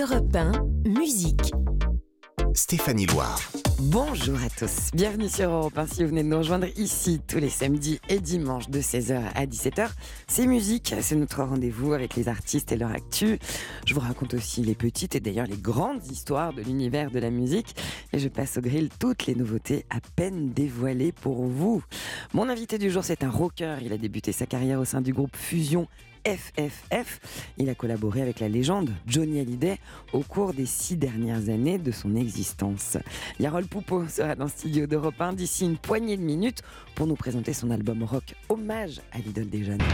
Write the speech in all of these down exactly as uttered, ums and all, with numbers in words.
Europe un, musique. Stéphanie Loire. Bonjour à tous, bienvenue sur Europe un. Si vous venez de nous rejoindre ici tous les samedis et dimanches de seize heures à dix-sept heures, c'est musique, c'est notre rendez-vous avec les artistes et leur actu. Je vous raconte aussi les petites et d'ailleurs les grandes histoires de l'univers de la musique et je passe au grill toutes les nouveautés à peine dévoilées pour vous. Mon invité du jour, c'est un rocker, il a débuté sa carrière au sein du groupe Fusion F F F. Il a collaboré avec la légende Johnny Hallyday au cours des six dernières années de son existence. Yarol Poupeau sera dans le studio d'Europe un d'ici une poignée de minutes pour nous présenter son album rock hommage à l'idole des jeunes.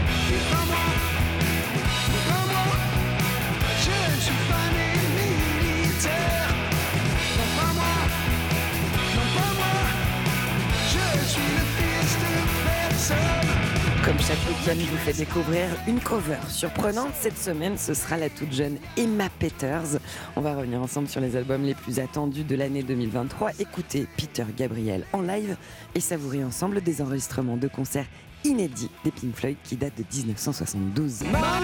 Comme chaque week-end, je vous fais découvrir une cover surprenante. Cette semaine, ce sera la toute jeune Emma Peters. On va revenir ensemble sur les albums les plus attendus de l'année deux mille vingt-trois. Écoutez Peter Gabriel en live et savourer ensemble des enregistrements de concerts inédits des Pink Floyd qui datent de dix-neuf cent soixante-douze.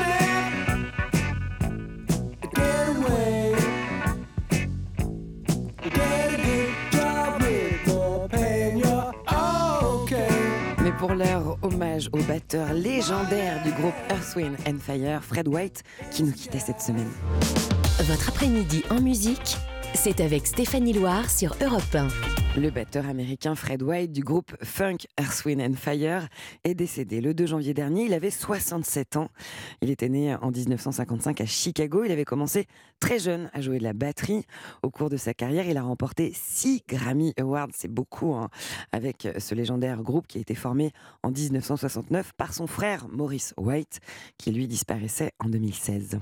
Mais pour l'heure, hommage au batteur légendaire du groupe Earth, Wind and Fire, Fred White, qui nous quittait cette semaine. Votre après-midi en musique, c'est avec Stéphanie Loire sur Europe un. Le batteur américain Fred White du groupe Funk Earth, Wind and Fire est décédé le deux janvier dernier. Il avait soixante-sept ans. Il était né en dix-neuf cent cinquante-cinq à Chicago. Il avait commencé très jeune à jouer de la batterie. Au cours de sa carrière, il a remporté six Grammy Awards. C'est beaucoup, hein, avec ce légendaire groupe qui a été formé en dix-neuf cent soixante-neuf par son frère Maurice White, qui lui disparaissait en deux mille seize.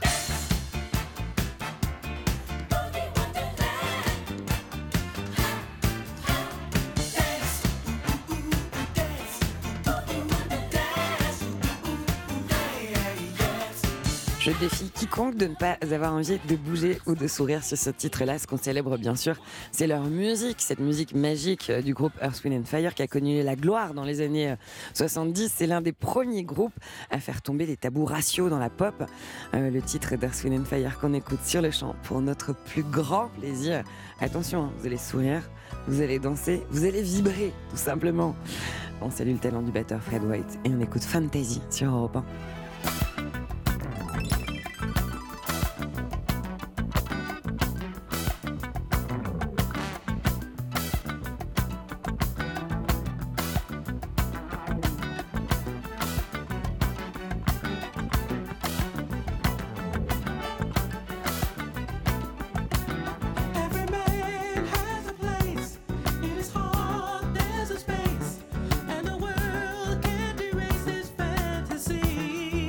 Je défie quiconque de ne pas avoir envie de bouger ou de sourire sur ce titre-là. Ce qu'on célèbre, bien sûr, c'est leur musique, cette musique magique du groupe Earth, Wind and Fire qui a connu la gloire dans les années soixante-dix. C'est l'un des premiers groupes à faire tomber les tabous raciaux dans la pop. Euh, le titre d'Earth, Wind and Fire qu'on écoute sur le chant pour notre plus grand plaisir. Attention, hein, vous allez sourire, vous allez danser, vous allez vibrer, tout simplement. On salue le talent du batteur Fred White et on écoute Fantasy sur Europe un. There's a space, and the world can't erase this fantasy.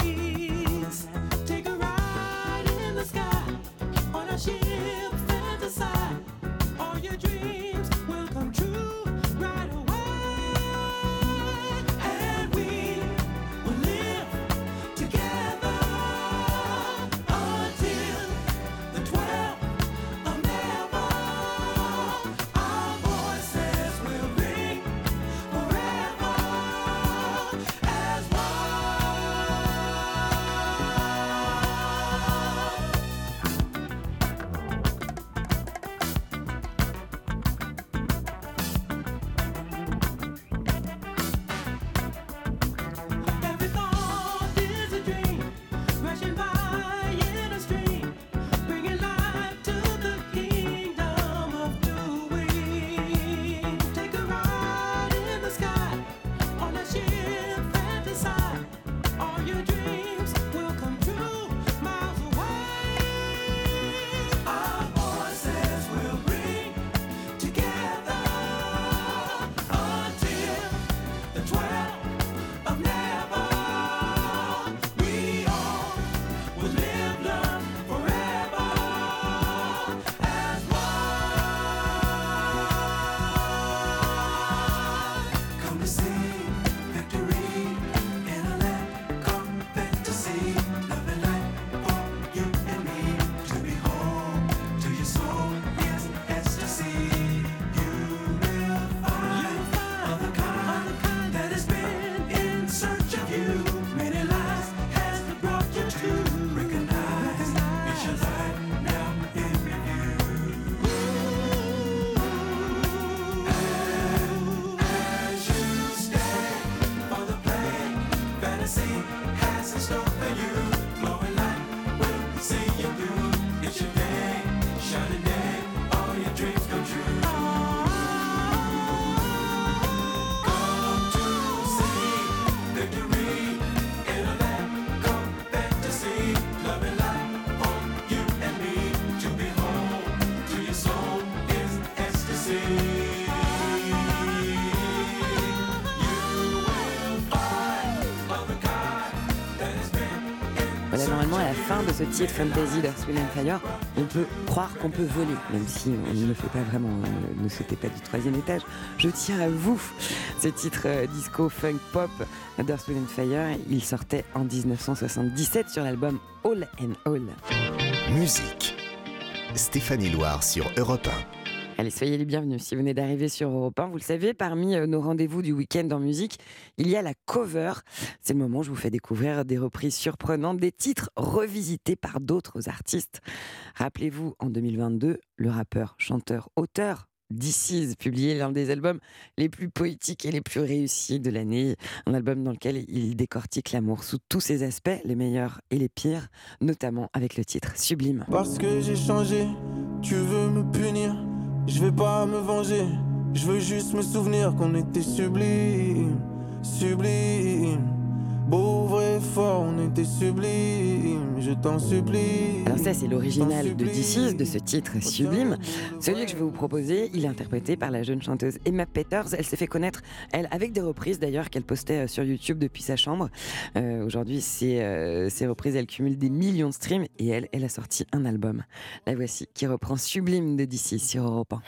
ce titre Fantasy d'Earth, Wind and Fire, on peut croire qu'on peut voler, même si on ne le fait pas vraiment, on ne sautez pas du troisième étage. Je tiens à vous, ce titre euh, disco funk pop d'Earth, Wind and Fire, il sortait en dix-neuf cent soixante-dix-sept sur l'album All and All. Musique. Stéphanie Loire sur Europe un. Allez, soyez les bienvenus. Si vous venez d'arriver sur Europe un, vous le savez, parmi nos rendez-vous du week-end en musique, il y a la cover. C'est le moment où je vous fais découvrir des reprises surprenantes, des titres revisités par d'autres artistes. Rappelez-vous, en deux mille vingt-deux, le rappeur, chanteur, auteur D C publié l'un des albums les plus poétiques et les plus réussis de l'année. Un album dans lequel il décortique l'amour sous tous ses aspects, les meilleurs et les pires, notamment avec le titre Sublime. Parce que j'ai changé, tu veux me punir. Je vais pas me venger, je veux juste me souvenir qu'on était sublime, sublime. Beau, vrai, fort, on était sublime, je t'en supplie. Alors ça, c'est l'original de D C, de ce titre Sublime. Celui que je vais vous proposer, il est interprété par la jeune chanteuse Emma Peters. Elle s'est fait connaître, elle, avec des reprises d'ailleurs qu'elle postait sur YouTube depuis sa chambre. Euh, aujourd'hui, ces, euh, ces reprises, elles cumulent des millions de streams et elle, elle a sorti un album. La voici, qui reprend Sublime de D C sur Europe un.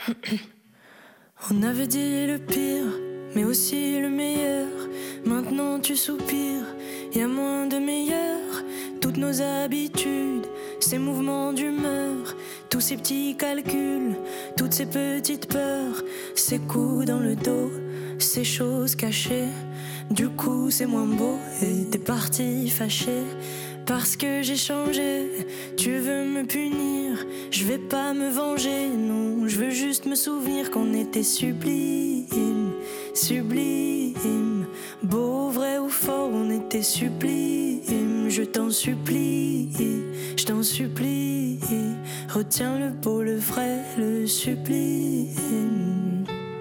On avait dit le pire, mais aussi le meilleur. Maintenant tu soupires, y a moins de meilleur. Toutes nos habitudes, ces mouvements d'humeur, tous ces petits calculs, toutes ces petites peurs, ces coups dans le dos, ces choses cachées. Du coup c'est moins beau et t'es parti fâché. Parce que j'ai changé, tu veux me punir. Je vais pas me venger, non, je veux juste me souvenir qu'on était sublime, sublime. Beau, vrai ou fort, on était sublime. Je t'en supplie, je t'en supplie. Retiens le beau, le vrai, le sublime.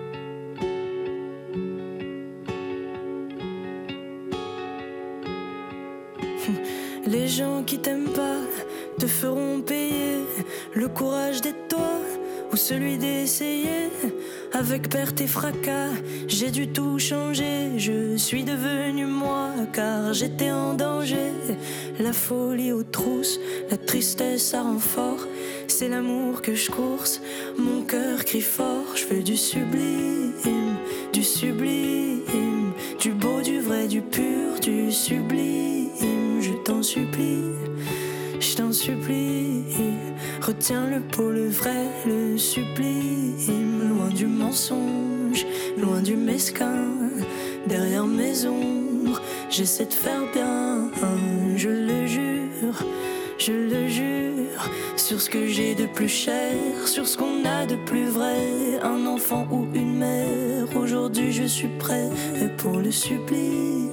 Les gens qui t'aiment pas te feront payer le courage d'être toi ou celui d'essayer. Avec perte et fracas, j'ai dû tout changer. Je suis devenue moi car j'étais en danger. La folie aux trousses, la tristesse ça rend fort. C'est l'amour que je course, mon cœur crie fort. Je veux du sublime, du sublime, du beau, du vrai, du pur, du sublime. Je t'en supplie, je t'en supplie. Retiens le beau, le vrai, le sublime. Loin du mensonge, loin du mesquin. Derrière mes ombres, j'essaie de faire bien. Je le jure, je le jure. Sur ce que j'ai de plus cher, sur ce qu'on a de plus vrai. Un enfant ou une mère, aujourd'hui je suis prêt pour le sublime.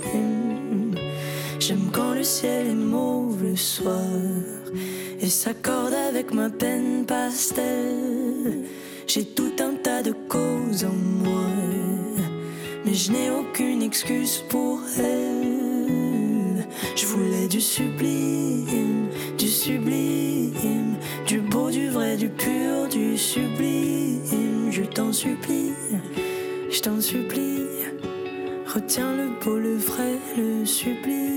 J'aime quand le ciel est mauve le soir et s'accorde avec ma peine pastel. J'ai tout un tas de causes en moi, mais je n'ai aucune excuse pour elle. Je voulais du sublime, du sublime, du beau, du vrai, du pur, du sublime. Je t'en supplie, je t'en supplie. Retiens le beau, le vrai, le sublime.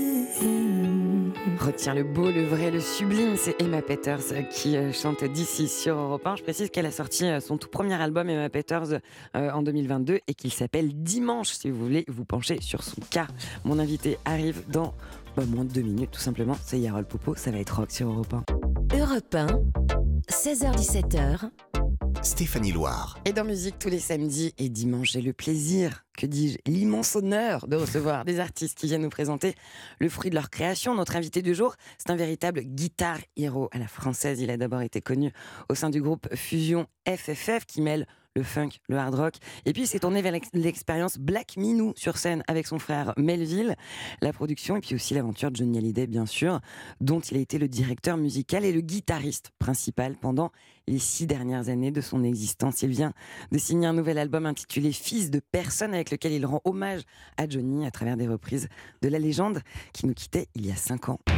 Retiens le beau, le vrai, le sublime. C'est Emma Peters qui chante d'ici sur Europe un. Je précise qu'elle a sorti son tout premier album, Emma Peters, euh, en deux mille vingt-deux et qu'il s'appelle Dimanche, si vous voulez vous pencher sur son cas. Mon invité arrive dans bah, moins de deux minutes, tout simplement. C'est Yarol Popo, ça va être rock sur Europe un. Europe un, seize heures dix-sept heures. Stéphanie Loire. Et dans musique, tous les samedis et dimanches, j'ai le plaisir, que dis-je, l'immense honneur de recevoir des artistes qui viennent nous présenter le fruit de leur création. Notre invité du jour, c'est un véritable guitar hero à la française. Il a d'abord été connu au sein du groupe Fusion F F F qui mêle le funk, le hard rock. Et puis, il s'est tourné vers l'expérience Black Minou sur scène avec son frère Melville, la production et puis aussi l'aventure de Johnny Hallyday, bien sûr, dont il a été le directeur musical et le guitariste principal pendant les six dernières années de son existence. Il vient de signer un nouvel album intitulé Fils de personne, avec lequel il rend hommage à Johnny à travers des reprises de la légende qui nous quittait il y a cinq ans.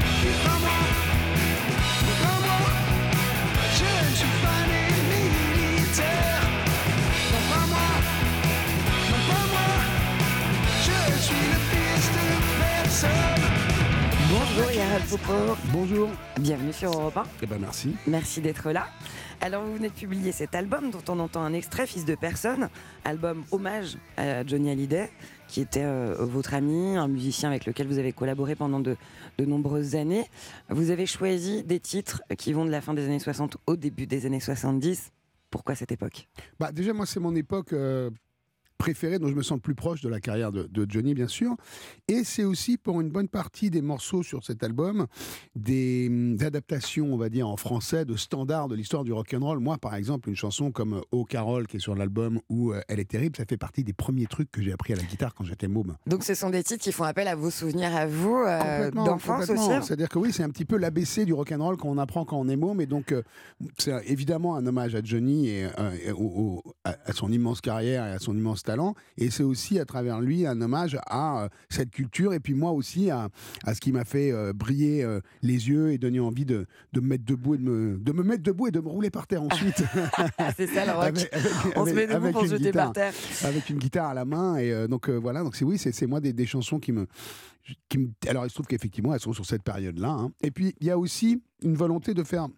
Bonjour Yarol Pupo. Bonjour. Bienvenue sur Europe un. Eh ben merci. Merci d'être là. Alors vous venez de publier cet album dont on entend un extrait, Fils de personne, album hommage à Johnny Hallyday, qui était euh, votre ami, un musicien avec lequel vous avez collaboré pendant de, de nombreuses années. Vous avez choisi des titres qui vont de la fin des années soixante au début des années soixante-dix. Pourquoi cette époque ? Bah, déjà, moi, c'est mon époque euh, préférée, dont je me sens le plus proche de la carrière de, de Johnny, bien sûr. Et c'est aussi, pour une bonne partie des morceaux sur cet album, des, des adaptations, on va dire, en français, de standards de l'histoire du rock'n'roll. Moi, par exemple, une chanson comme « Oh Carole », qui est sur l'album, ou euh, « Elle est terrible », ça fait partie des premiers trucs que j'ai appris à la guitare quand j'étais môme. Donc ce sont des titres qui font appel à vos souvenirs à vous, euh, d'enfance aussi. C'est-à-dire que oui, c'est un petit peu l'A B C du rock'n'roll qu'on apprend quand on est môme. Et donc, euh, c'est évidemment un hommage à Johnny et, euh, et au, au, à, à son immense carrière et à son immense talent. Et c'est aussi à travers lui un hommage à euh, cette culture. Et puis moi aussi à, à ce qui m'a fait euh, briller euh, les yeux et donner envie de, de me mettre debout et de me, de me mettre debout et de me rouler par terre ensuite. C'est ça le rock. Avec, avec, on avec, se met debout pour se jeter guitare, par terre. Avec une guitare à la main. Et euh, donc euh, voilà. Donc c'est oui, c'est, c'est moi des, des chansons qui me, qui me. Alors il se trouve qu'effectivement elles sont sur cette période-là. Hein. Et puis il y a aussi une volonté de faire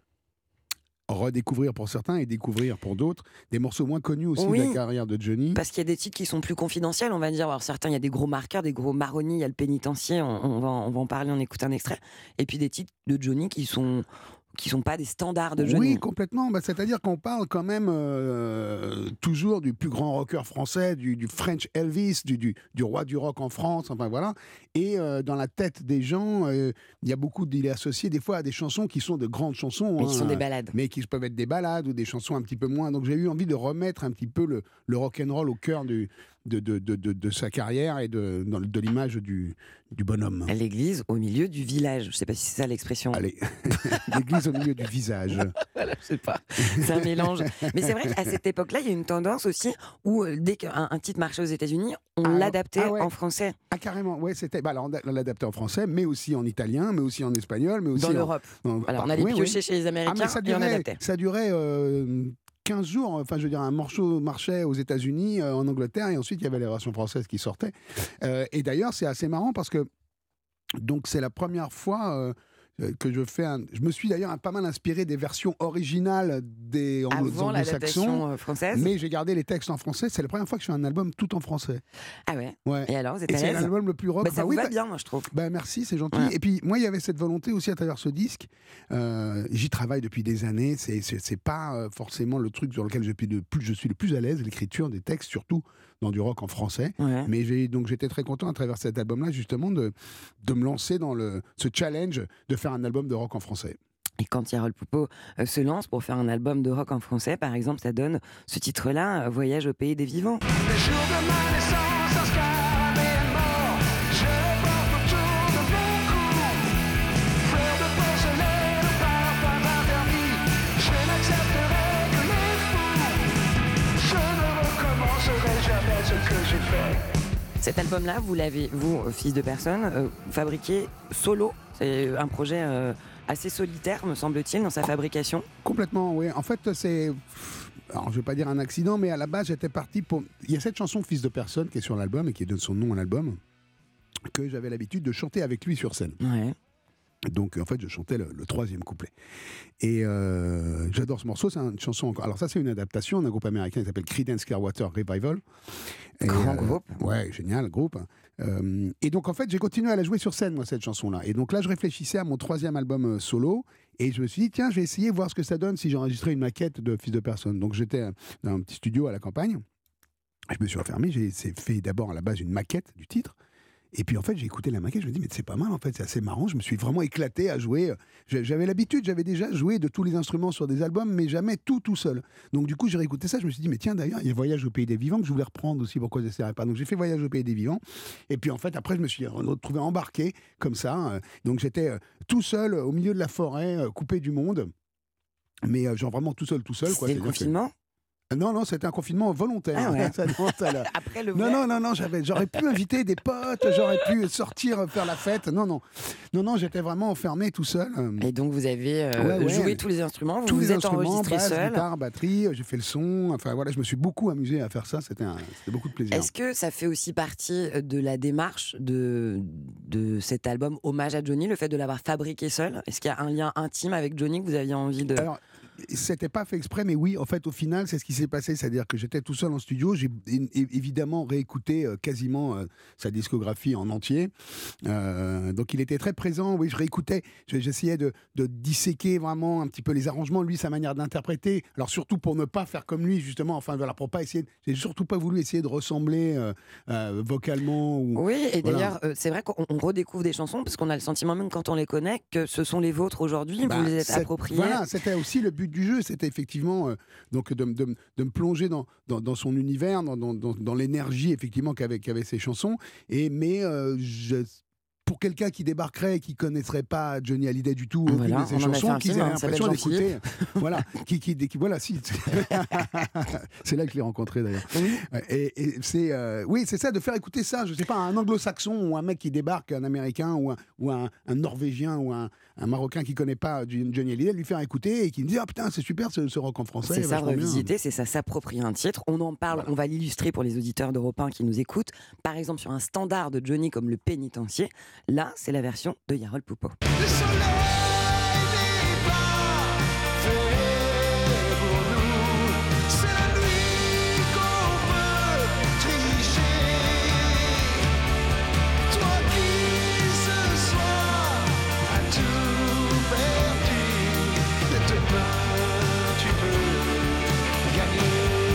redécouvrir pour certains et découvrir pour d'autres des morceaux moins connus aussi oui, de la carrière de Johnny. Parce qu'il y a des titres qui sont plus confidentiels, on va dire. Alors certains, il y a des gros marqueurs, des gros marronniers, il y a le pénitencier, on, on, va, on va en parler, on écoute un extrait. Et puis des titres de Johnny qui sont... qui ne sont pas des standards de Johnny. Oui, complètement. Bah, c'est-à-dire qu'on parle quand même euh, toujours du plus grand rocker français, du, du French Elvis, du, du, du roi du rock en France, enfin voilà. Et euh, dans la tête des gens, il euh, y a beaucoup d'il est associé des fois à des chansons qui sont de grandes chansons. Mais hein, qui sont des balades. Mais qui peuvent être des balades ou des chansons un petit peu moins. Donc j'ai eu envie de remettre un petit peu le, le rock'n'roll au cœur du... De, de, de, de, de sa carrière et de, de l'image du, du bonhomme. L'église au milieu du village. Je ne sais pas si c'est ça l'expression. Allez, l'église au milieu du visage. Voilà, je sais pas. C'est un mélange. Mais c'est vrai qu'à cette époque-là, il y a une tendance aussi où euh, dès qu'un un titre marchait aux États-Unis, on ah, l'adaptait ah ouais. en français. Ah carrément, ouais, c'était. Bah, alors on l'adaptait en français, mais aussi en italien, mais aussi en espagnol, mais aussi dans l'Europe. En... Alors on allait oui, piocher oui. chez les Américains ah, durait, et on adaptait. Ça durait. Euh... quinze jours, enfin je veux dire, un morceau marchait aux États-Unis, euh, en Angleterre, et ensuite il y avait les versions françaises qui sortaient. Euh, et d'ailleurs, c'est assez marrant parce que donc c'est la première fois euh, que je fais un... Je me suis d'ailleurs pas mal inspiré des versions originales des anglo-saxons, française. Mais j'ai gardé les textes en français. C'est la première fois que je fais un album tout en français. Ah ouais, ouais. Et alors, vous êtes à l'aise ? C'est l'album le plus rock. Bah, ça enfin, vous oui, va bah, bien, moi, je trouve. Bah, merci, c'est gentil. Ouais. Et puis, moi, il y avait cette volonté aussi à travers ce disque. Euh, j'y travaille depuis des années. C'est, c'est, c'est pas euh, forcément le truc sur lequel je suis le plus, je suis le plus à l'aise, l'écriture des textes, surtout dans du rock en français. Ouais. Mais j'ai, donc, j'étais très content à travers cet album-là, justement, de, de me lancer dans le, ce challenge de faire un album de rock en français. Et quand Yarol Poupeau euh, se lance pour faire un album de rock en français, par exemple, ça donne ce titre-là, euh, Voyage au pays des vivants. Le jour de ma naissance, un scar est mort. Je porte autour de mon cou fleurs de porcelaine au parfum interdit. Je n'accepterai que les fous. Je ne recommencerai jamais ce que j'ai fait. Cet album-là, vous l'avez, vous, fils de personne, euh, fabriqué solo. C'est un projet... Euh, assez solitaire, me semble-t-il, dans sa fabrication. Complètement, oui. En fait, c'est... Alors, je ne vais pas dire un accident, mais à la base, j'étais parti pour... Il y a cette chanson « Fils de personne » qui est sur l'album et qui donne son nom à l'album, que j'avais l'habitude de chanter avec lui sur scène. Ouais. Donc, en fait, je chantais le, le troisième couplet. Et euh, j'adore ce morceau. C'est une chanson encore. Alors, ça, c'est une adaptation d'un groupe américain qui s'appelle Creedence Clearwater Revival. Et, Grand euh, groupe. Ouais, génial, groupe. Euh, et donc, en fait, j'ai continué à la jouer sur scène, moi, cette chanson-là. Et donc là, je réfléchissais à mon troisième album euh, solo. Et je me suis dit, tiens, je vais essayer de voir ce que ça donne si j'enregistrais une maquette de Fils de personne. Donc, j'étais dans un petit studio à la campagne. Je me suis enfermé. J'ai fait d'abord à la base une maquette du titre. Et puis en fait, j'ai écouté la maquette, je me dis mais c'est pas mal en fait, c'est assez marrant. Je me suis vraiment éclaté à jouer. J'avais l'habitude, j'avais déjà joué de tous les instruments sur des albums, mais jamais tout tout seul. Donc du coup, j'ai réécouté ça, je me suis dit mais tiens d'ailleurs, il y a Voyage au pays des vivants que je voulais reprendre aussi. Pourquoi je n'essaierais pas ? Donc j'ai fait Voyage au pays des vivants. Et puis en fait, après, je me suis retrouvé embarqué comme ça. Donc j'étais tout seul au milieu de la forêt, coupé du monde, mais genre vraiment tout seul, tout seul. C'était le confinement ? Non, non, c'était un confinement volontaire. Ah ouais. Ça, non, ça, là. Après le Non, vrai. non, non, non, j'avais, j'aurais pu inviter des potes, j'aurais pu sortir faire la fête. Non, non, non, non, j'étais vraiment enfermé tout seul. Et donc vous avez euh, Ouais, ouais. joué tous les instruments, vous Tous vous les êtes instruments, enregistré basse, seul. guitare, batterie, j'ai fait le son. Enfin voilà, je me suis beaucoup amusé à faire ça. C'était, un, c'était beaucoup de plaisir. Est-ce que ça fait aussi partie de la démarche de, de cet album Hommage à Johnny, le fait de l'avoir fabriqué seul? Est-ce qu'il y a un lien intime avec Johnny que vous aviez envie de... Alors, c'était pas fait exprès, mais oui, en fait, au final, c'est ce qui s'est passé. C'est-à-dire que j'étais tout seul en studio. J'ai é- é- évidemment réécouté euh, quasiment euh, sa discographie en entier. Euh, donc, il était très présent. Oui, je réécoutais. Je- J'essayais de, de disséquer vraiment un petit peu les arrangements, lui, sa manière d'interpréter. Alors, surtout pour ne pas faire comme lui, justement. Enfin, voilà, pour pas essayer. de- J'ai surtout pas voulu essayer de ressembler euh, euh, vocalement. Ou... Oui, et Voilà. d'ailleurs, euh, c'est vrai qu'on on redécouvre des chansons parce qu'on a le sentiment, même quand on les connaît, que ce sont les vôtres aujourd'hui, Bah, vous les êtes c'est- appropriés. Voilà, c'était aussi le but du jeu, c'était effectivement euh, donc de, de, de me plonger dans, dans, dans son univers, dans, dans, dans, dans l'énergie effectivement qu'avait, qu'avait ses chansons. Et mais euh, je, pour quelqu'un qui débarquerait et qui connaîtrait pas Johnny Hallyday du tout, aucune Voilà, de ses on en a fait chansons, un qui film, ait hein, ça l'impression s'appelle d'écouter, voilà, qui, qui, qui, voilà, si, c'est là que je l'ai rencontré d'ailleurs. Oui. Et, et c'est, euh, oui, c'est ça, de faire écouter ça, je sais pas, un anglo-saxon ou un mec qui débarque, un américain ou un, ou un, un norvégien ou un, un marocain qui connaît pas Johnny Hallyday, lui faire écouter et qui me dit ah putain c'est super ce, ce rock en français. C'est ça, vachement bien. revisiter, c'est ça, s'approprier un titre. On en parle, on va l'illustrer pour les auditeurs d'Europe un qui nous écoutent. Par exemple, sur un standard de Johnny comme Le Pénitencier, là, c'est la version de Yarol Poupeau. Le soleil n'est pas fait pour nous. C'est la nuit qu'on peut tricher. Toi qui ce soir as tout perdu, demain tu peux gagner.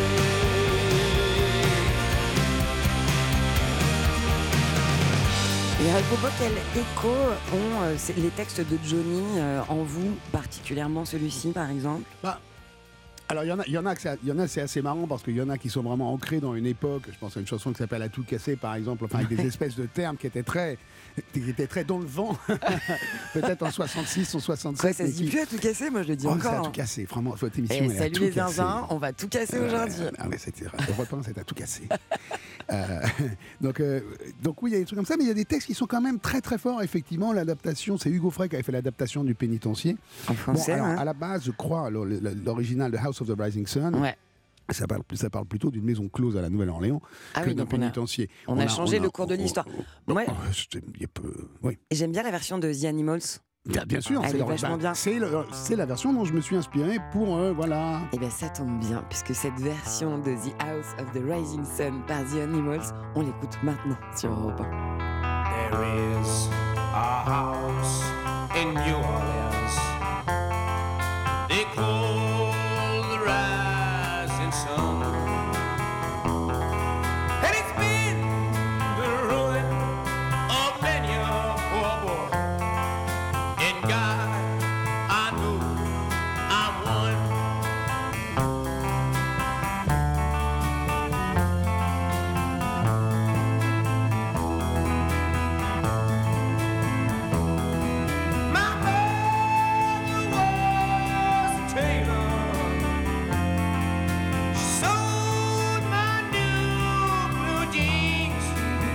Et Yarol Poupeau, quel écho ont euh, c'est- les textes de Johnny euh, en vous, particulièrement celui-ci par exemple? Bah, alors il y en a, il y en a que c'est, il y en a c'est assez marrant parce qu'il y en a qui sont vraiment ancrés dans une époque. Je pense à une chanson qui s'appelle À tout casser par exemple, enfin avec des espèces de termes qui étaient très, qui étaient très dans le vent. Peut-être en soixante-six ou soixante-sept. Ouais, ça mais se dit qui- plus à tout casser, moi je le dis Oh, encore. ça a hein. tout cassé, vraiment, votre émission. Et elle a salut tout les cassé. zinzins, on va tout casser Euh, aujourd'hui. Ah mais c'était Europe un, c'était à tout casser. Euh, donc, euh, donc oui, il y a des trucs comme ça, mais il y a des textes qui sont quand même très très forts. Effectivement, l'adaptation, c'est Hugo Frey qui avait fait l'adaptation du Pénitencier. En français, bon, alors, hein. à la base, je crois, alors, le- le- l'original de House of the Rising Sun. Ouais. Ça parle, ça parle plutôt d'une maison close à la Nouvelle-Orléans Ah que oui, d'un donc on a- pénitencier. on a changé le cours de l'histoire. Ouais. oh, c'était- il y a peu- oui. Et j'aime bien la version de The Animals. Bien, bien sûr, Elle c'est, est leur- vachement bien. c'est, le- c'est la version dont je me suis inspiré pour euh, voilà. Et bien ça tombe bien, puisque cette version de The House of the Rising Sun par The Animals, on l'écoute maintenant sur Europe un. There is a house in New Orleans. They call the rising sun. And it's been the ruin of many a poor boy. In God, I know I'm one. My mother was a tailor. She sewed my new blue jeans.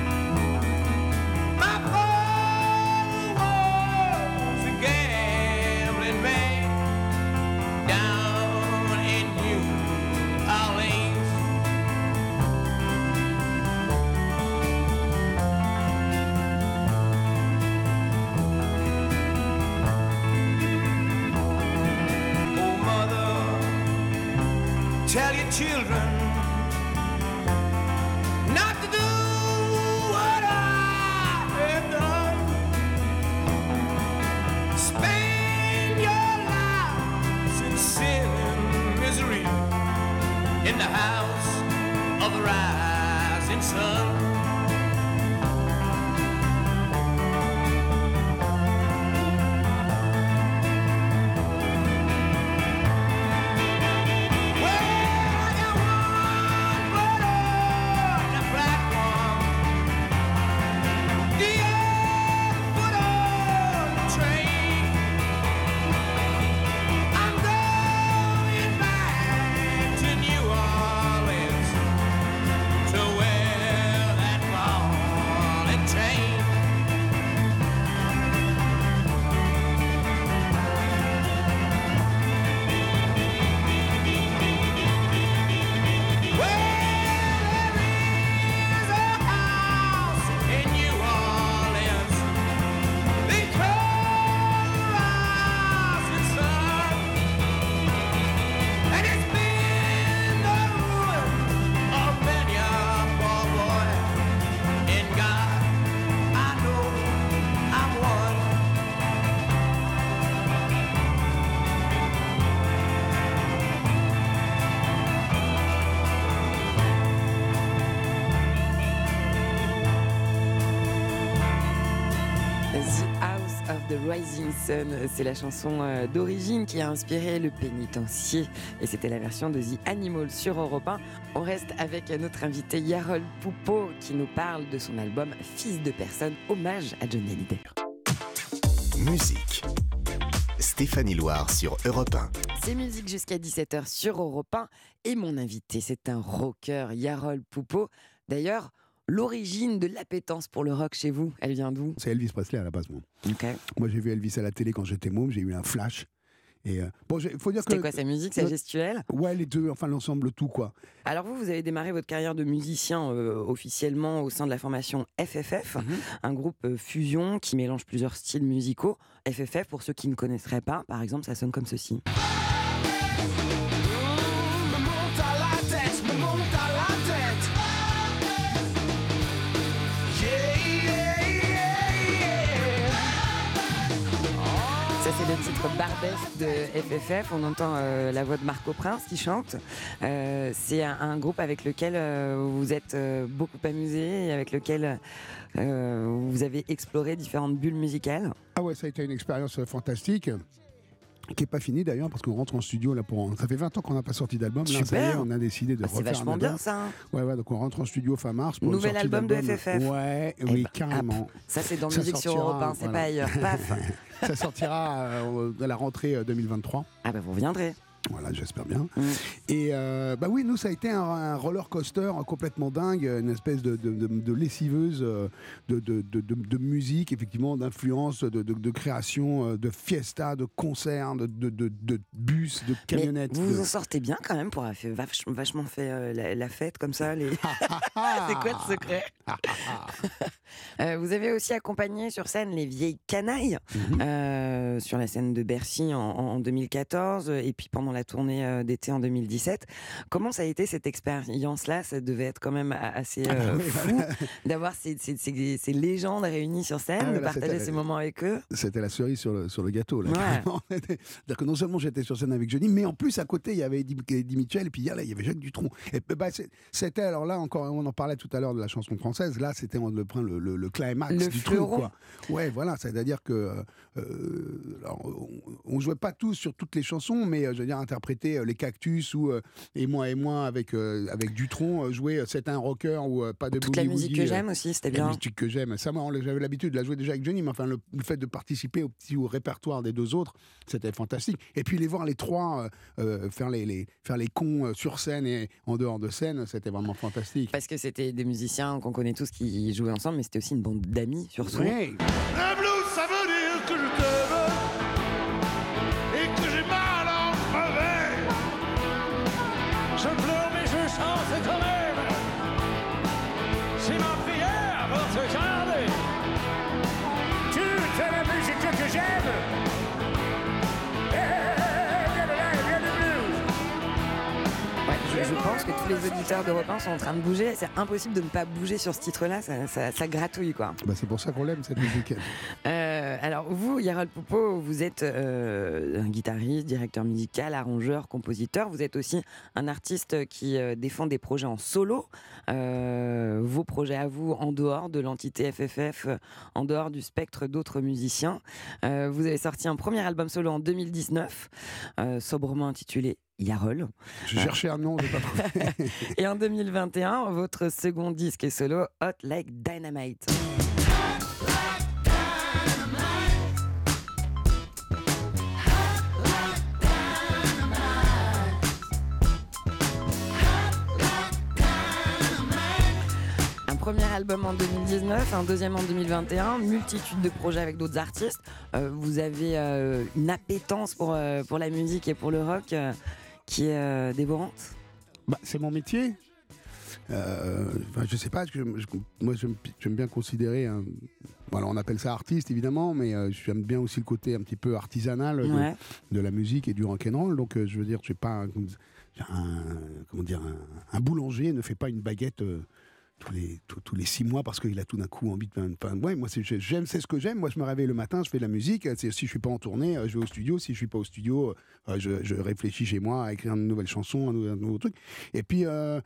My father was a gambling man down in New Orleans. Oh, mother, tell your children not to do what I have done. Spend your lives in sin and misery in the house of the rising sun. New Orleans. The Rising Sun, c'est la chanson euh, d'origine qui a inspiré Le Pénitencier. Et c'était la version de The Animals sur Europe un. On reste avec notre invité Jarol Poupeau qui nous parle de son album Fils de personne, hommage à Johnny Hallyday. Musique. Stéphanie Loire sur Europe un. C'est musique jusqu'à dix-sept heures sur Europe un. Et mon invité, c'est un rocker, Jarol Poupeau. D'ailleurs, l'origine de l'appétence pour le rock chez vous, elle vient d'où ? C'est Elvis Presley à la base, moi. Okay. Moi, j'ai vu Elvis à la télé quand j'étais môme, j'ai eu un flash. Et euh, bon, il faut dire C'était que. quoi sa musique, sa gestuelle ? Ouais, les deux, enfin l'ensemble, tout quoi. Alors vous, vous avez démarré votre carrière de musicien euh, officiellement au sein de la formation F F F, mm-hmm. un groupe euh, fusion qui mélange plusieurs styles musicaux. F F F, pour ceux qui ne connaisseraient pas, par exemple, ça sonne comme ceci. C'est le titre Barbès de F F F. On entend euh, la voix de Marco Prince qui chante. Euh, c'est un, un groupe avec lequel euh, vous êtes euh, beaucoup amusé et avec lequel euh, vous avez exploré différentes bulles musicales. Ah ouais, ça a été une expérience fantastique. Qui n'est pas fini d'ailleurs parce qu'on rentre en studio là pour ça fait vingt ans qu'on n'a pas sorti d'album. Là, ça y est, on a décidé de ah, refaire c'est vachement un bien ça. Hein. Ouais ouais, donc on rentre en studio fin mars pour nouvel album de F F F. Ouais, et oui, bah, carrément. Hop. Ça c'est dans ça musique sortira, sur Europe un, c'est voilà. pas ailleurs. Paf. Ça sortira euh, à la rentrée deux mille vingt-trois. Ah bah vous reviendrez. Voilà, j'espère bien. Mmh. Et euh, bah oui, nous, ça a été un, un roller coaster complètement dingue, une espèce de, de, de, de lessiveuse de, de, de, de, de musique, effectivement, d'influence, de, de, de création, de fiesta, de concerts, de, de, de, de bus, de camionnettes. Mais vous de... vous en sortez bien quand même pour avoir fait vach- vachement fait euh, la, la fête comme ça. Les... C'est quoi le secret? euh, Vous avez aussi accompagné sur scène les vieilles canailles mmh. euh, sur la scène de Bercy en, en deux mille quatorze et puis pendant la tournée d'été en deux mille dix-sept. Comment ça a été cette expérience-là? Ça devait être quand même assez euh, fou d'avoir ces, ces, ces, ces légendes réunies sur scène, ah, de là, partager ces moments avec eux. C'était la cerise sur le, sur le gâteau. Là, ouais. C'est-à-dire que non seulement j'étais sur scène avec Johnny, mais en plus à côté il y avait Eddie, Eddie Mitchell et puis là il y avait Jacques Dutronc. Et bah, c'était alors là encore, on en parlait tout à l'heure de la chanson française. Là c'était le, le, le, le climax le du truc. Quoi. Ouais, voilà, c'est-à-dire que euh, alors, on, on jouait pas tous sur toutes les chansons, mais je veux dire interpréter euh, les Cactus ou euh, et moi et moi avec euh, avec Dutronc, euh, jouer euh, c'est un rocker ou euh, pas de toute la musique que j'aime euh, aussi, c'était bien. La musique que j'aime, ça moi j'avais l'habitude de la jouer déjà avec Johnny, mais enfin le, le fait de participer au petit au répertoire des deux autres, c'était fantastique. Et puis les voir les trois euh, euh, faire les, les faire les cons euh, sur scène et en dehors de scène, c'était vraiment fantastique. Parce que c'était des musiciens qu'on connaît tous qui jouaient ensemble, mais c'était aussi une bande d'amis surtout. Oui. Un blues, ça veut dire que je t'aime et que j'ai mal en crever. Je pleure mais je chante quand même. C'est ma prière pour te garder. Tu fais la musique que j'aime. Je, je pense que tous les auditeurs d'Europe un sont en train de bouger. C'est impossible de ne pas bouger sur ce titre-là. Ça, ça, ça gratouille, quoi. Bah c'est pour ça qu'on l'aime, cette musique. euh, alors, vous, Jarol Poupeau, vous êtes euh, un guitariste, directeur musical, arrangeur, compositeur. Vous êtes aussi un artiste qui euh, défend des projets en solo. Euh, vos projets à vous, en dehors de l'entité F F F, en dehors du spectre d'autres musiciens. Euh, vous avez sorti un premier album solo en deux mille dix-neuf, euh, sobrement intitulé Jarol. Je cherchais un nom, je n'ai pas trouvé. Et en deux mille vingt et un, votre second disque est solo, Hot Like Dynamite. Un premier album en deux mille dix-neuf, un deuxième en deux mille vingt et un, multitude de projets avec d'autres artistes. Euh, vous avez euh, une appétence pour, euh, pour la musique et pour le rock euh, qui est euh, dévorante. Bah, c'est mon métier. Euh, enfin, je sais pas, je, je, moi j'aime, j'aime bien considérer, un, voilà, on appelle ça artiste évidemment, mais euh, j'aime bien aussi le côté un petit peu artisanal de, ouais. de la musique et du rock'n'roll. Donc euh, je veux dire, je sais pas, un, un, comment dire, un, un boulanger ne fait pas une baguette. Euh, tous les, tous, tous les six mois parce qu'il a tout d'un coup envie de... Enfin, ouais, moi, c'est, j'aime, c'est ce que j'aime. Moi, je me réveille le matin, je fais de la musique. C'est, si je suis pas en tournée, je vais au studio. Si je suis pas au studio, euh, je, je réfléchis chez moi à écrire une nouvelle chanson, un, nouveau, un nouveau truc. Et puis, euh,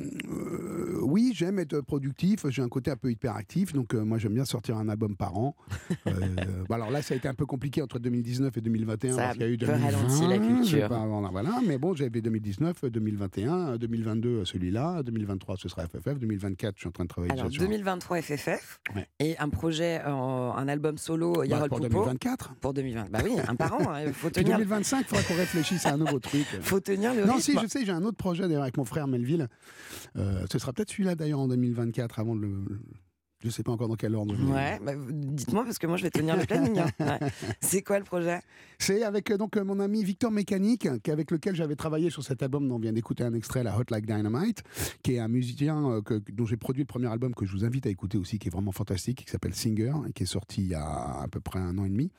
euh, oui, j'aime être productif. J'ai un côté un peu hyperactif. Donc, euh, moi, j'aime bien sortir un album par an. Euh, bon, alors là, ça a été un peu compliqué entre deux mille dix-neuf et deux mille vingt et un. Ça parce qu'il y a eu peut deux mille vingt, ralentir la culture. Pas, voilà, mais bon, j'avais deux mille dix-neuf, deux mille vingt et un, deux mille vingt-deux, celui-là. deux mille vingt-trois, ce sera F F F. deux mille vingt-quatre, je suis en train de travailler Alors, déjà deux mille vingt-trois F F F Ouais. et un projet, euh, un album solo, Bah, Yarol pour Poupeau. deux mille vingt-quatre. Pour deux mille vingt. Bah oui, un par an. Il faut Puis tenir, deux mille vingt-cinq, il faudra qu'on réfléchisse à un nouveau truc. faut tenir le Non, rythme. si, je sais, j'ai un autre projet d'ailleurs avec mon frère Melville. Euh, ce sera peut-être celui-là d'ailleurs en deux mille vingt-quatre, avant de le. Je sais pas encore dans quel ordre. je vais- Ouais, bah, dites-moi parce que moi je vais tenir le planning. hein. Ouais. C'est quoi le projet? C'est avec euh, donc euh, mon ami Victor Mécanique, qui- avec lequel j'avais travaillé sur cet album dont on vient d'écouter un extrait, la Hot Like Dynamite, qui est un musicien euh, que- dont j'ai produit le premier album que je vous invite à écouter aussi, qui est vraiment fantastique, qui s'appelle Singer, et qui est sorti il y a à peu près un an et demi.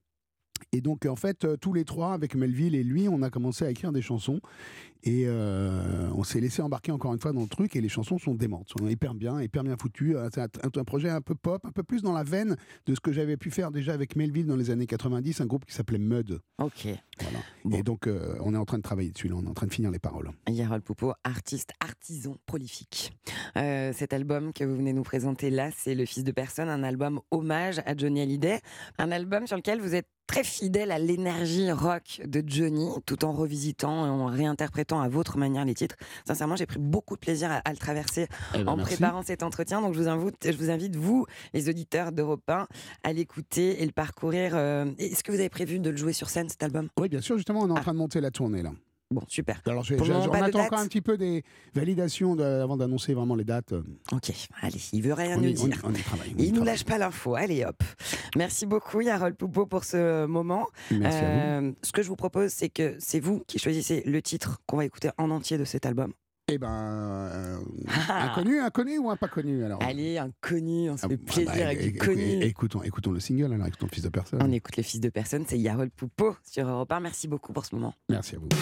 Et donc, en fait, euh, tous les trois, avec Melville et lui, on a commencé à écrire des chansons. Et euh, on s'est laissé embarquer encore une fois dans le truc. Et les chansons sont démentes, sont hyper bien, hyper bien foutues. Euh, C'est un, un- un projet un peu pop, un peu plus dans la veine de ce que j'avais pu faire déjà avec Melville dans les années quatre-vingt-dix, un groupe qui s'appelait Mud. Ok. Voilà. Bon. Et donc, euh, on est en train de travailler dessus, là. On est en train de finir les paroles. Yarol Poupeau, artiste, artisan prolifique. Euh, cet album que vous venez nous présenter là, c'est Le Fils de Personne, un album hommage à Johnny Hallyday. Un album sur lequel vous êtes très fidèle à l'énergie rock de Johnny, tout en revisitant et en réinterprétant à votre manière les titres. Sincèrement, j'ai pris beaucoup de plaisir à, à le traverser Eh ben, en merci. préparant cet entretien. Donc, je vous invite, je vous, invite, vous, les auditeurs d'Europe un, à l'écouter et le parcourir. Euh, Est-ce que vous avez prévu de le jouer sur scène, cet album? Oui, bien sûr, justement, on est en Ah. train de monter la tournée, là. Bon, super. Alors, je, Pour je- le moment, on pas de attend date encore un petit peu des validations de- avant d'annoncer vraiment les dates. Ok, allez, il veut rien On nous y, on y- dire. on y travaille. on y Il nous travaille. lâche pas l'info. Allez hop. Merci beaucoup Yarol Poupeau pour ce moment. Merci à vous. Euh, ce que je vous propose, c'est que c'est vous qui choisissez le titre qu'on va écouter en entier de cet album. Eh ben, euh, Ah. inconnu, inconnu ou un pas connu alors. Allez, un connu, on se Ah, fait bah, plaisir bah, avec é- du é- connu. é- Écoutons, écoutons le single alors, écoutons Fils de Personne. On écoute Le Fils de Personne, c'est Yarol Poupeau sur Europe un. Merci beaucoup pour ce moment. Merci à vous.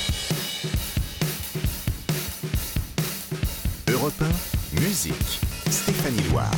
Europe un, musique. Stéphanie Loire.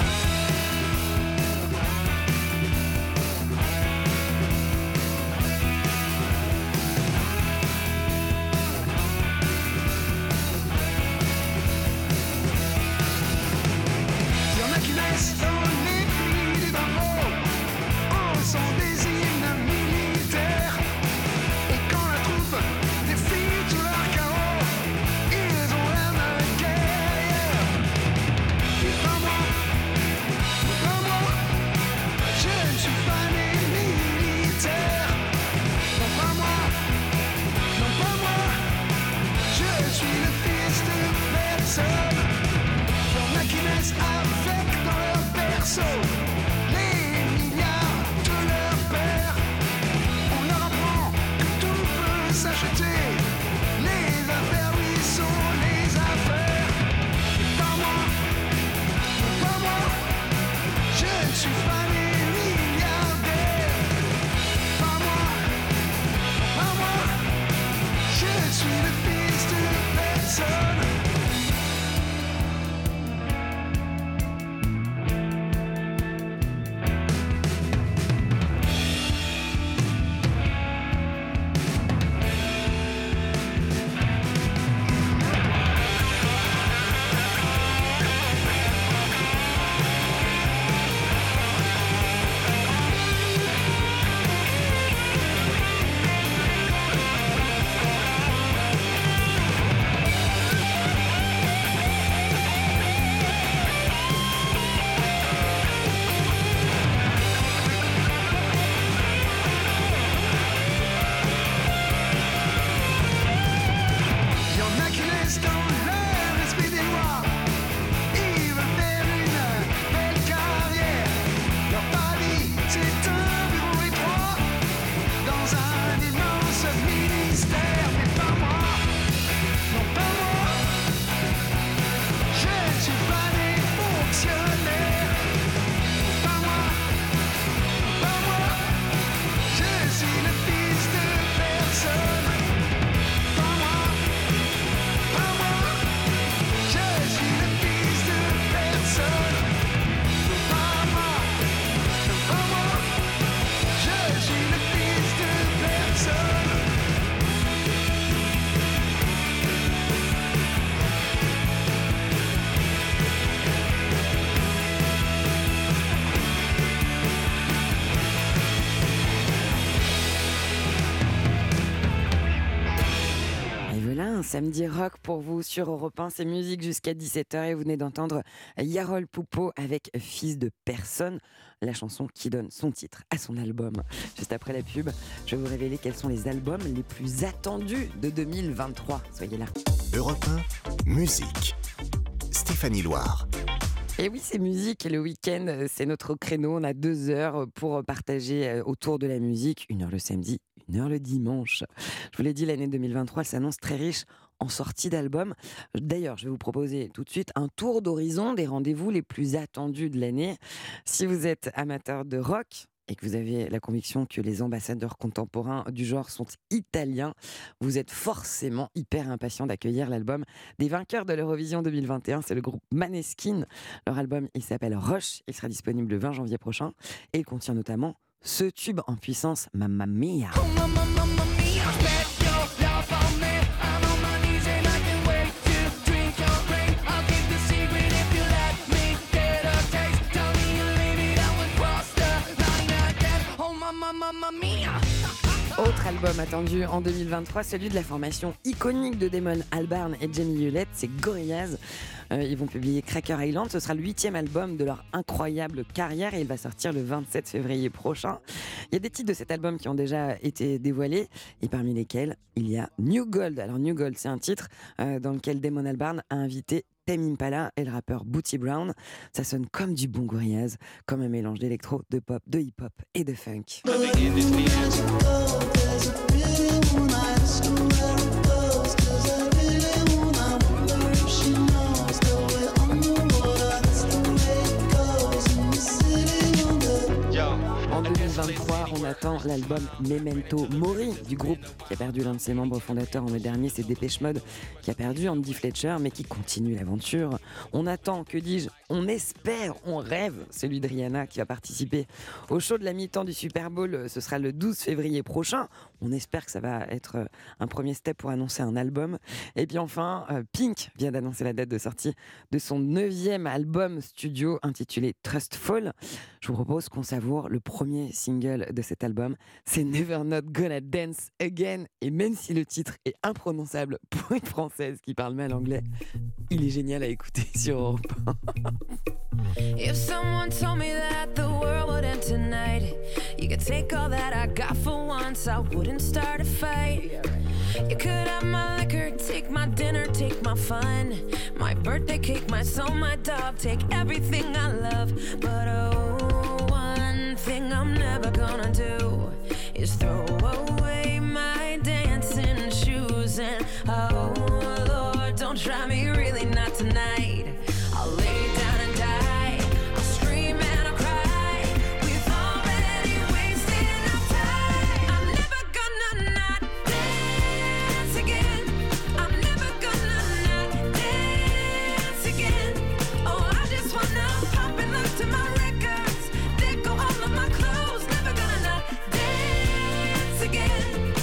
Y'en a qui naissent dans les plis des drapeaux, en sont des hymnes militaires. Et quand la troupe défie tout leur chaos, ils ont l'âme guerrière. Et pas moi, pas moi, je ne suis pas né militaire. Non pas moi, non pas moi, je suis le fils de personne. Y'en a qui naissent avec dans leur berceau les milliards de leur père. On leur apprend que tout peut s'acheter. Les affaires, oui, sont les affaires. Et pas moi, pas moi, je ne suis pas né milliardaire. Pas moi, pas moi, je suis le fils de personne. Voilà, un samedi rock pour vous sur Europe un, c'est musique jusqu'à dix-sept heures et vous venez d'entendre Yarol Poupeau avec Fils de personne, la chanson qui donne son titre à son album. Juste après la pub, je vais vous révéler quels sont les albums les plus attendus de deux mille vingt-trois. Soyez là. Europe un, musique. Stéphanie Loire. Et oui, c'est musique. Le week-end, c'est notre créneau. On a deux heures pour partager autour de la musique. Une heure le samedi, une heure le dimanche. Je vous l'ai dit, l'année deux mille vingt-trois, elle s'annonce très riche en sortie d'albums. D'ailleurs, je vais vous proposer tout de suite un tour d'horizon des rendez-vous les plus attendus de l'année. Si vous êtes amateur de rock et que vous avez la conviction que les ambassadeurs contemporains du genre sont italiens, vous êtes forcément hyper impatient d'accueillir l'album des vainqueurs de l'Eurovision deux mille vingt et un. C'est le groupe Maneskin. Leur album, il s'appelle Rush. Il sera disponible le vingt janvier prochain et il contient notamment ce tube en puissance, Mamma Mia. Oh, mamma, mamma mia, bet your love on me. I'm on my knees and I can't wait to drink your brain. I'll keep the secret if you let me get a taste. Tell me you leave it out and cross the line again. Oh, mamma, mamma mia. Autre album attendu en deux mille vingt-trois, celui de la formation iconique de Damon Albarn et Jamie Hewlett, c'est Gorillaz. Euh, ils vont publier Cracker Island, ce sera le huitième album de leur incroyable carrière et il va sortir le vingt-sept février prochain. Il y a des titres de cet album qui ont déjà été dévoilés et parmi lesquels il y a New Gold. Alors New Gold, c'est un titre euh, dans lequel Damon Albarn a invité Tame Impala et le rappeur Bootsy Brown. Ça sonne comme du bon Gorillaz, comme un mélange d'électro, de pop, de hip-hop et de funk. En deux mille vingt-trois, on attend l'album Memento Mori du groupe qui a perdu l'un de ses membres fondateurs en mai dernier, c'est Depeche Mode qui a perdu Andy Fletcher mais qui continue l'aventure. On attend, que dis-je, on espère, on rêve celui de Rihanna qui va participer au show de la mi-temps du Super Bowl, ce sera le douze février prochain. On espère que ça va être un premier step pour annoncer un album. Et puis enfin, Pink vient d'annoncer la date de sortie de son neuvième album studio intitulé Trustful. Je vous propose qu'on savoure le premier single de cet album, c'est Never Not Gonna Dance Again. Et même si le titre est imprononçable pour une Française qui parle mal anglais, il est génial à écouter sur Europe un. If someone told me that the world would end tonight, you could take all that I got for once, I wouldn't start a fight. You could have my liquor, take my dinner, take my fun, my birthday cake, my soul, my dog, take everything I love. But oh, one thing I'm never gonna do is throw away my dancing shoes. And oh Lord, don't try me, really not tonight. I'll lay down and die, I'll scream and I'll cry. We've already wasted enough time. I'm never gonna not dance again. I'm never gonna not dance again. Oh, I just wanna pop and look to my records, let go all of my clothes. Never gonna not dance again.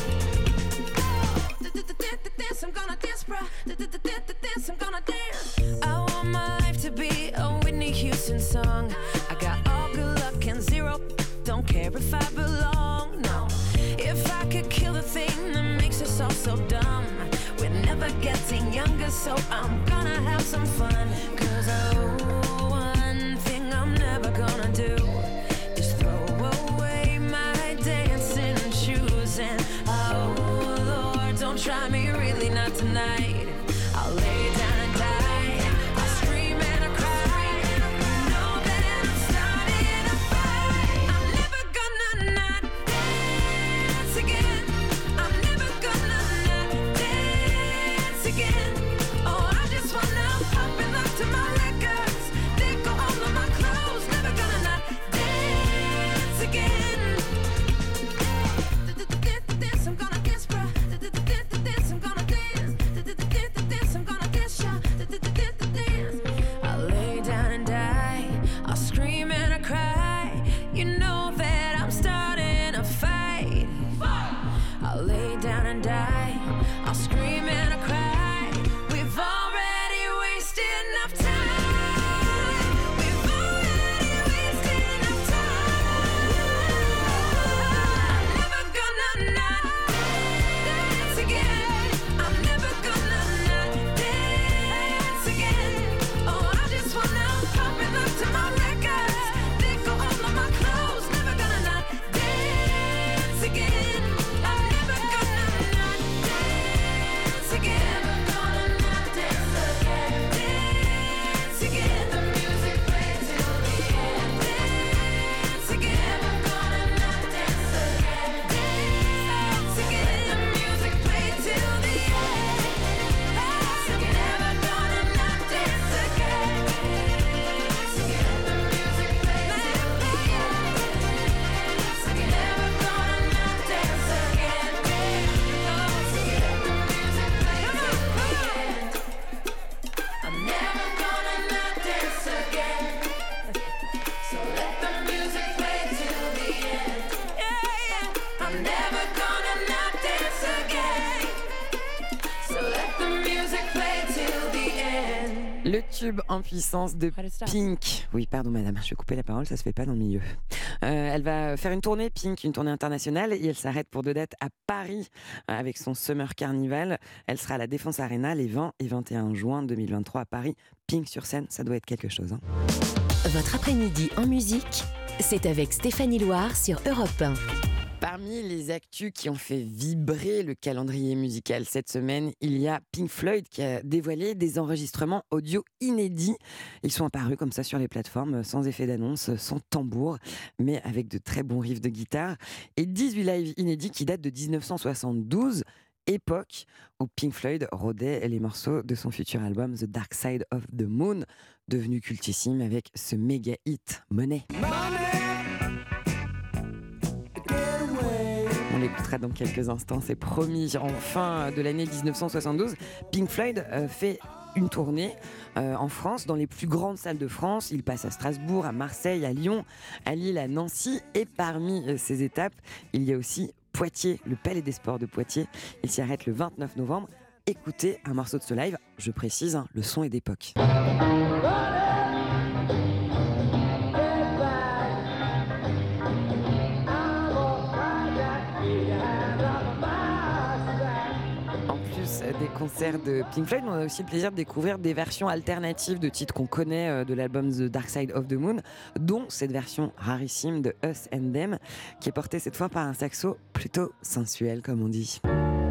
Dance, I'm gonna dance, bro. Dance, I'm gonna dance. I want my life to be a Whitney Houston song. I got all good luck and zero, don't care if I belong, no. If I could kill the thing that makes us all so dumb, we're never getting younger, so I'm gonna have some fun. Cause oh, one thing I'm never gonna do is throw away my dancing shoes. And oh Lord, don't try me, really not tonight. I'll lay down and die, I'll scream and I'll cry. Know that I'm starting a fight. I'm never gonna not dance again. I'm never gonna not dance again. Oh, I just wanna pop and look to my records, let go all of my clothes. Never gonna not dance again. Dance, I'm gonna dance, bro. Dance, I'm gonna dance. Dance, I'm gonna dance. Le tube en puissance de Pink. Oui, pardon madame, je vais couper la parole, ça se fait pas dans le milieu. Euh, elle va faire une tournée Pink, une tournée internationale, et elle s'arrête pour deux dates à Paris avec son Summer Carnival. Elle sera à la Défense Arena les vingt et vingt et un juin deux mille vingt-trois à Paris. Pink sur scène, ça doit être quelque chose. Hein. Votre après-midi en musique, c'est avec Stéphanie Loire sur Europe un. Parmi les actus qui ont fait vibrer le calendrier musical cette semaine, il y a Pink Floyd qui a dévoilé des enregistrements audio inédits. Ils sont apparus comme ça sur les plateformes, sans effet d'annonce, sans tambour, mais avec de très bons riffs de guitare. Et dix-huit lives inédits qui datent de dix-neuf cent soixante-douze, époque où Pink Floyd rodait les morceaux de son futur album The Dark Side of the Moon, devenu cultissime avec ce méga hit Money. On l'écoutera dans quelques instants, c'est promis. En fin de l'année dix-neuf cent soixante-douze, Pink Floyd euh, fait une tournée euh, en France, dans les plus grandes salles de France. Il passe à Strasbourg, à Marseille, à Lyon, à Lille, à Nancy. Et parmi euh, ces étapes, il y a aussi Poitiers, le Palais des Sports de Poitiers. Il s'y arrête le vingt-neuf novembre. Écoutez un morceau de ce live, je précise, hein, le son est d'époque. Des concerts de Pink Floyd, on a aussi le plaisir de découvrir des versions alternatives de titres qu'on connaît de l'album The Dark Side of the Moon, dont cette version rarissime de Us and Them, qui est portée cette fois par un saxo plutôt sensuel, comme on dit.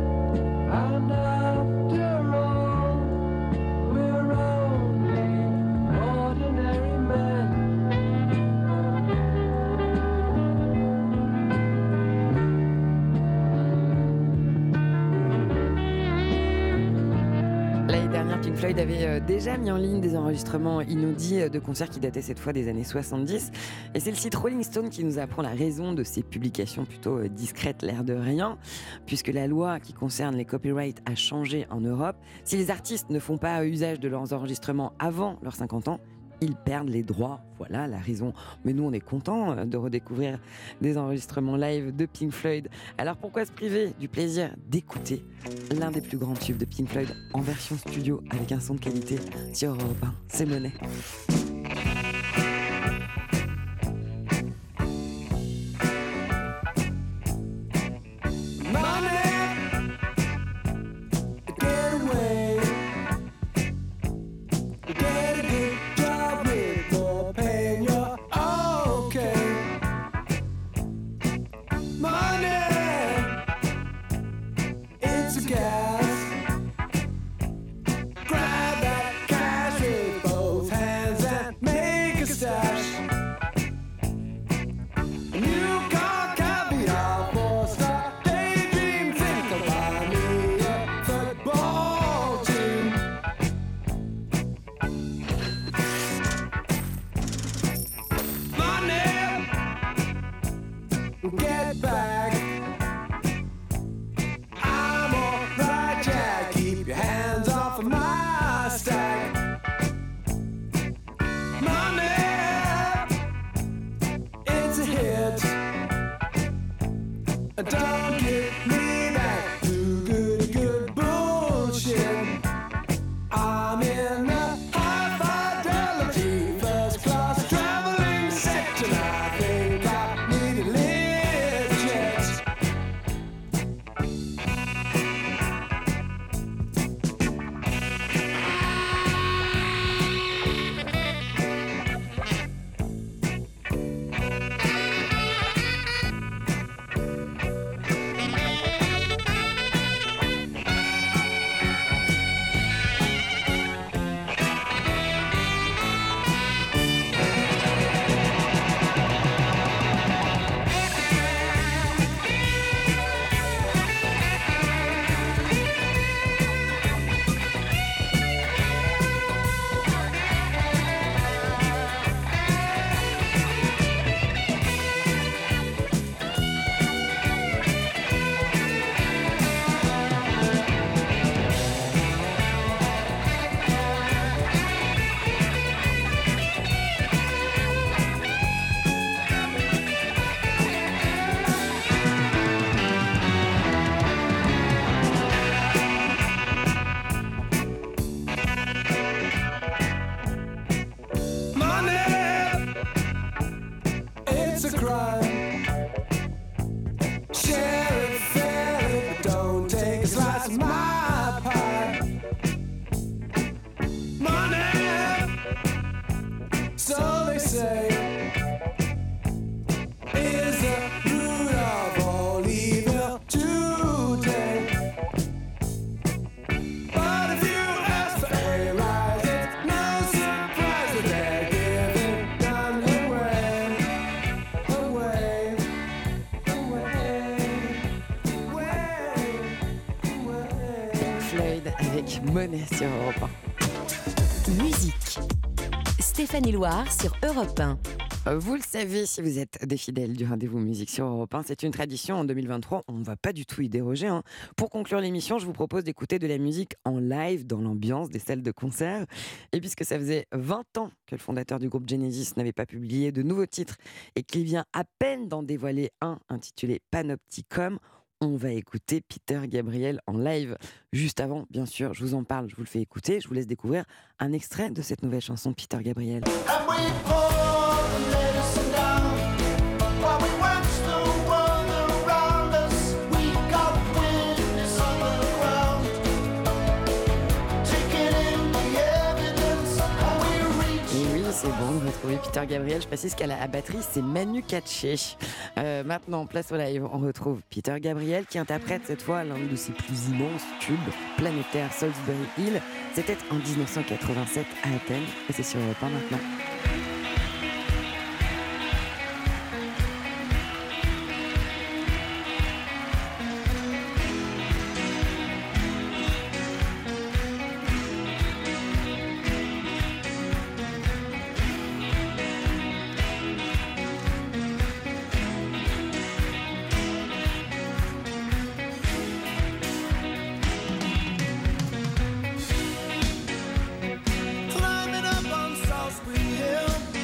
Pink Floyd avait déjà mis en ligne des enregistrements inaudits de concerts qui dataient cette fois des années soixante-dix. Et c'est le site Rolling Stone qui nous apprend la raison de ces publications plutôt discrètes, l'air de rien, puisque la loi qui concerne les copyrights a changé en Europe. Si les artistes ne font pas usage de leurs enregistrements avant leurs cinquante ans, ils perdent les droits. Voilà la raison. Mais nous, on est contents de redécouvrir des enregistrements live de Pink Floyd. Alors pourquoi se priver du plaisir d'écouter l'un des plus grands tubes de Pink Floyd en version studio avec un son de qualité sur Europe un? C'est Money. avec Monnaie sur Europe un. Musique. Stéphanie Loire sur Europe un. Vous le savez, si vous êtes des fidèles du rendez-vous musique sur Europe un, c'est une tradition en deux mille vingt-trois, on ne va pas du tout y déroger. Hein. Pour conclure l'émission, je vous propose d'écouter de la musique en live dans l'ambiance des salles de concert. Et puisque ça faisait vingt ans que le fondateur du groupe Genesis n'avait pas publié de nouveaux titres et qu'il vient à peine d'en dévoiler un intitulé Panopticon, on va écouter Peter Gabriel en live. Juste avant, bien sûr, je vous en parle, je vous le fais écouter, je vous laisse découvrir un extrait de cette nouvelle chanson de Peter Gabriel. C'est bon de retrouver Peter Gabriel. Je précise qu'à la batterie, c'est Manu Katché. Euh, maintenant, place au live, on retrouve Peter Gabriel qui interprète cette fois l'un de ses plus immenses tubes planétaires, Salisbury Hill. C'était en dix-neuf cent quatre-vingt-sept à Athènes et c'est sur Europe un maintenant. Climbing up on Salisbury Hill.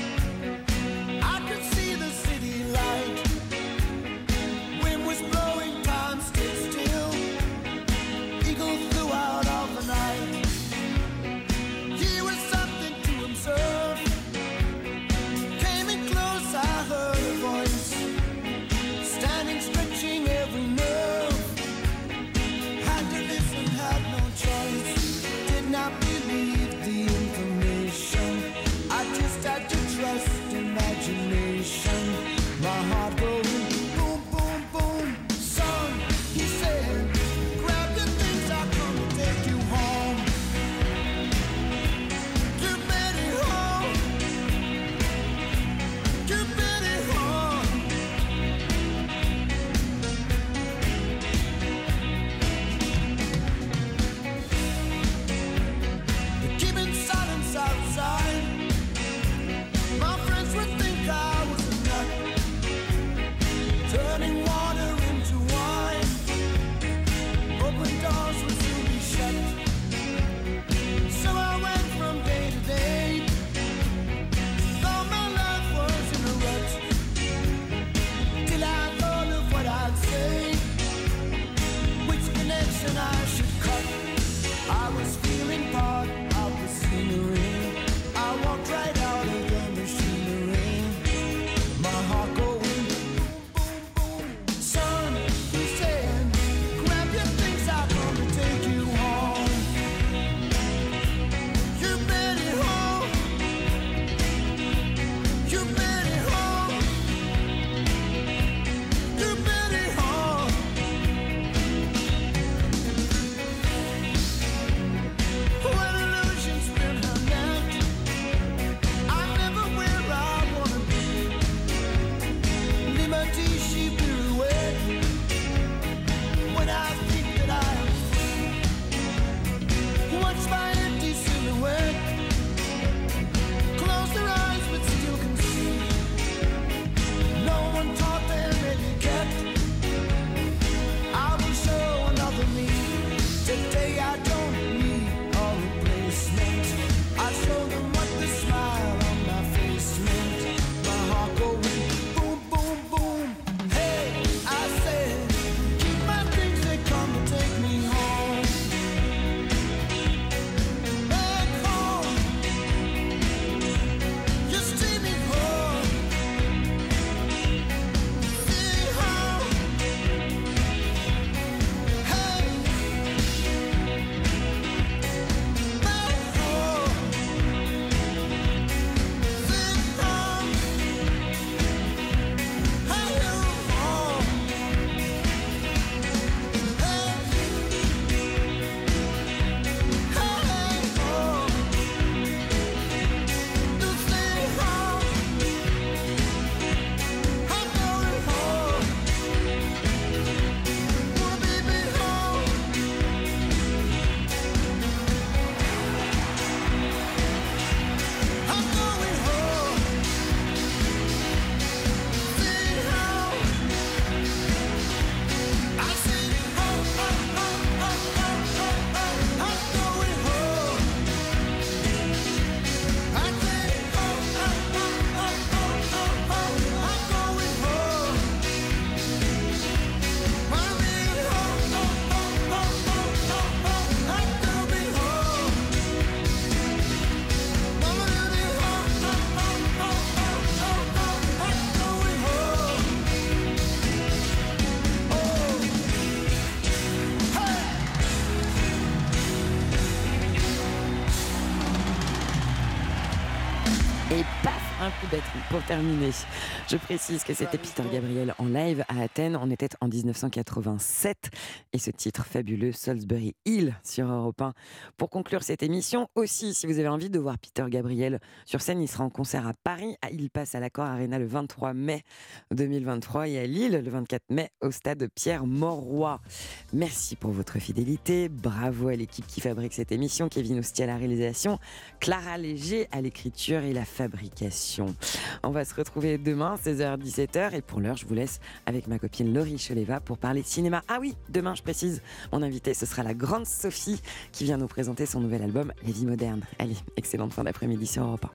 Et paf, un coup d'être pour terminer. Je précise que c'était Peter Gabriel en live à Athènes. On était en dix-neuf cent quatre-vingt-sept et ce titre fabuleux, Salisbury Hill sur Europe un. Pour conclure cette émission, aussi, si vous avez envie de voir Peter Gabriel sur scène, il sera en concert à Paris. Il passe à l'Accor Arena le vingt-trois mai deux mille vingt-trois et à Lille le vingt-quatre mai au stade Pierre-Mauroy. Merci pour votre fidélité. Bravo à l'équipe qui fabrique cette émission. Kevin Ousti à la réalisation, Clara Léger à l'écriture et la fabrication. On va se retrouver demain, seize heures dix-sept heures. Et pour l'heure, je vous laisse avec ma copine Laurie Choleva pour parler cinéma. Ah oui, demain, je précise, mon invité, ce sera la grande Sophie qui vient nous présenter son nouvel album, Les Vies modernes. Allez, excellente fin d'après-midi sur Europe un.